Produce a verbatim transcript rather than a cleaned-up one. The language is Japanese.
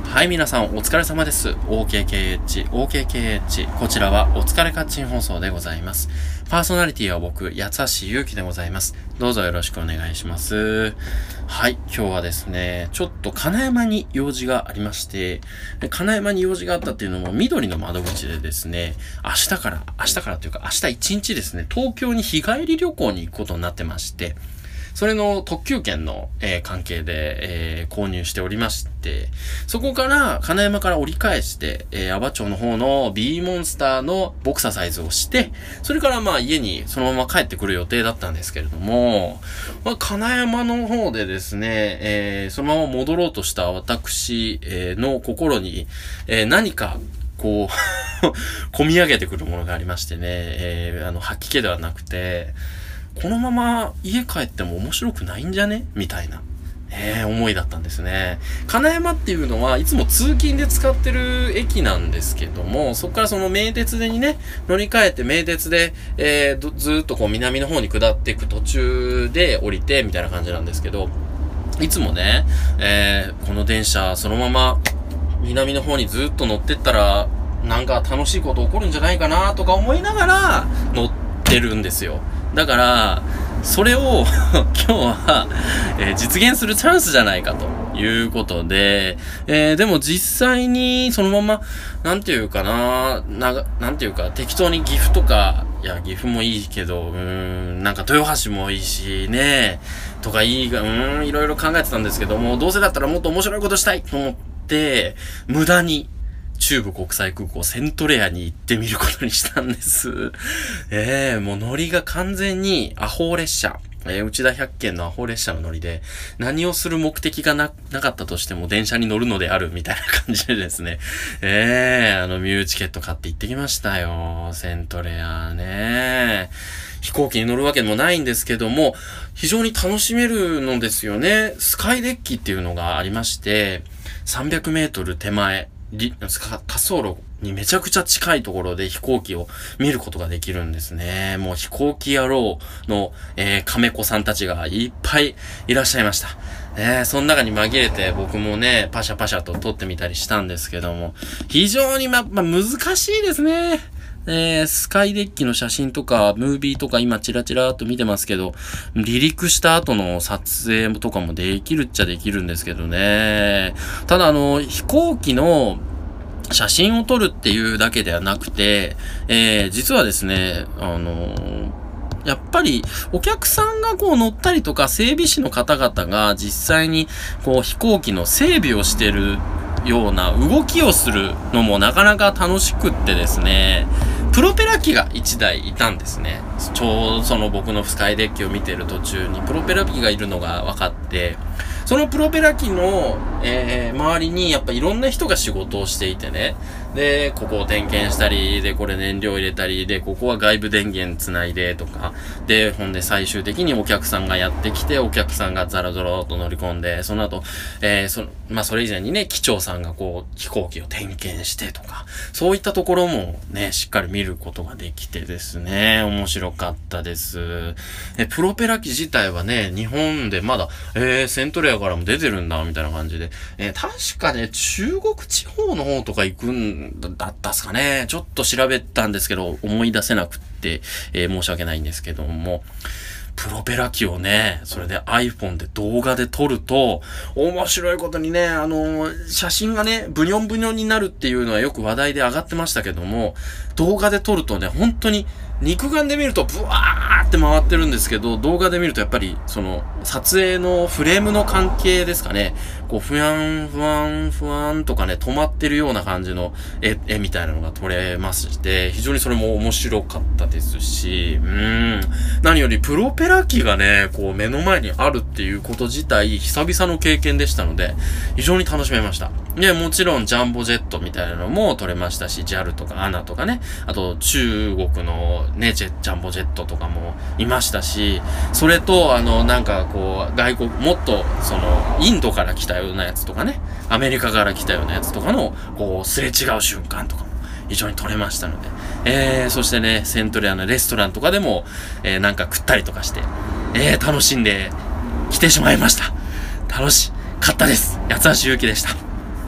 はい、皆さんお疲れ様です。オーケーケーエイチ、オーケーケーエイチ。こちらはお疲れカッチン放送でございます。パーソナリティは僕、八橋ゆうきでございます。どうぞよろしくお願いします。はい、今日はですね、ちょっと金山に用事がありまして、で金山に用事があったっていうのも緑の窓口でですね、明日から、明日からというか明日一日ですね、東京に日帰り旅行に行くことになってまして、それの特急券の、えー、関係で、えー、購入しておりまして、そこから金山から折り返して、えー、阿波町の方の B モンスターのボクササイズをして、それからまあ家にそのまま帰ってくる予定だったんですけれども、まあ、金山の方でですね、えー、そのまま戻ろうとした私、えー、の心に、えー、何かこう、込み上げてくるものがありましてね、えー、あの、吐き気ではなくて、このまま家帰っても面白くないんじゃねみたいな、えー、思いだったんですね。金山っていうのはいつも通勤で使ってる駅なんですけども、そこからその名鉄でにね、乗り換えて名鉄で、えー、ずーっとこう南の方に下っていく途中で降りてみたいな感じなんですけど、いつもね、えー、この電車そのまま南の方にずーっと乗ってったら、なんか楽しいこと起こるんじゃないかなとか思いながら乗ってるんですよ。だから、それを今日は、えー、実現するチャンスじゃないかということで、えー、でも実際にそのまま、なんていうかな、な、なんていうか、適当に岐阜とか、いや、岐阜もいいけど、うーん、なんか豊橋もいいしね、とかいいが、うーん、いろいろ考えてたんですけども、どうせだったらもっと面白いことしたいと思って、無駄に、中部国際空港セントレアに行ってみることにしたんです。ええー、もう乗りが完全にアホ列車。えー、内田百軒のアホ列車の乗りで、何をする目的がな、なかったとしても電車に乗るのであるみたいな感じでですね。ええー、あのミューチケット買って行ってきましたよ。セントレアね。飛行機に乗るわけでもないんですけども、非常に楽しめるのですよね。スカイデッキっていうのがありまして、さんびゃくメートル手前、滑走路にめちゃくちゃ近いところで飛行機を見ることができるんですね。もう飛行機野郎の、えー、亀子さんたちがいっぱいいらっしゃいました。えー、その中に紛れて僕もね、パシャパシャと撮ってみたりしたんですけども、非常にま、ま、難しいですね。えー、スカイデッキの写真とか、ムービーとか今チラチラーっと見てますけど、離陸した後の撮影とかもできるっちゃできるんですけどね。ただあの、飛行機の写真を撮るっていうだけではなくて、えー、実はですね、あのー、やっぱりお客さんがこう乗ったりとか整備士の方々が実際にこう飛行機の整備をしてるような動きをするのもなかなか楽しくってですね、プロペラ機がいちだいいたんですね。ちょうどその僕のスカイデッキを見てる途中にプロペラ機がいるのが分かって、そのプロペラ機の、えー、周りにやっぱいろんな人が仕事をしていてね。で、ここを点検したり、で、これ燃料入れたり、で、ここは外部電源つないでとか、で、ほんで最終的にお客さんがやってきて、お客さんがザラゾロと乗り込んで、その後、えー、その、まあ、それ以前にね、機長さんがこう、飛行機を点検してとか、そういったところもね、しっかり見ることができてですね、面白かったです。え、プロペラ機自体はね、日本でまだ、えー、セントレアからも出てるんだ、みたいな感じで、えー、確かね、中国地方の方とか行くんだったっすかね。ちょっと調べたんですけど、思い出せなくって、えー、申し訳ないんですけども、プロペラ機をね、それで iPhone で動画で撮ると、面白いことにね、あのー、写真がね、ブニョンブニョンになるっていうのはよく話題で上がってましたけども、動画で撮るとね、本当に肉眼で見るとブワーって回ってるんですけど、動画で見るとやっぱり、その、撮影のフレームの関係ですかね、こう、ふやん、ふわん、ふわんとかね、止まってるような感じの絵、絵みたいなのが撮れまして、非常にそれも面白かったですし、うーん、何よりプロペラ機がね、こう、目の前にあるっていうこと自体、久々の経験でしたので、非常に楽しめました。で、もちろんジャンボジェットみたいなのも撮れましたし、ジャル とか エーエヌエー とかね、あと中国のね、ジェ、ジャンボジェットとかもいましたし、それと、あの、なんかこう、外国、もっと、その、インドから来たようなやつとかね、アメリカから来たようなやつとかの、こう、すれ違う瞬間とかも非常に撮れましたので、えー、そしてね、セントレアのレストランとかでも、えー、なんか食ったりとかして、えー、楽しんで来てしまいました。楽しかったです。八橋ゆうきでした。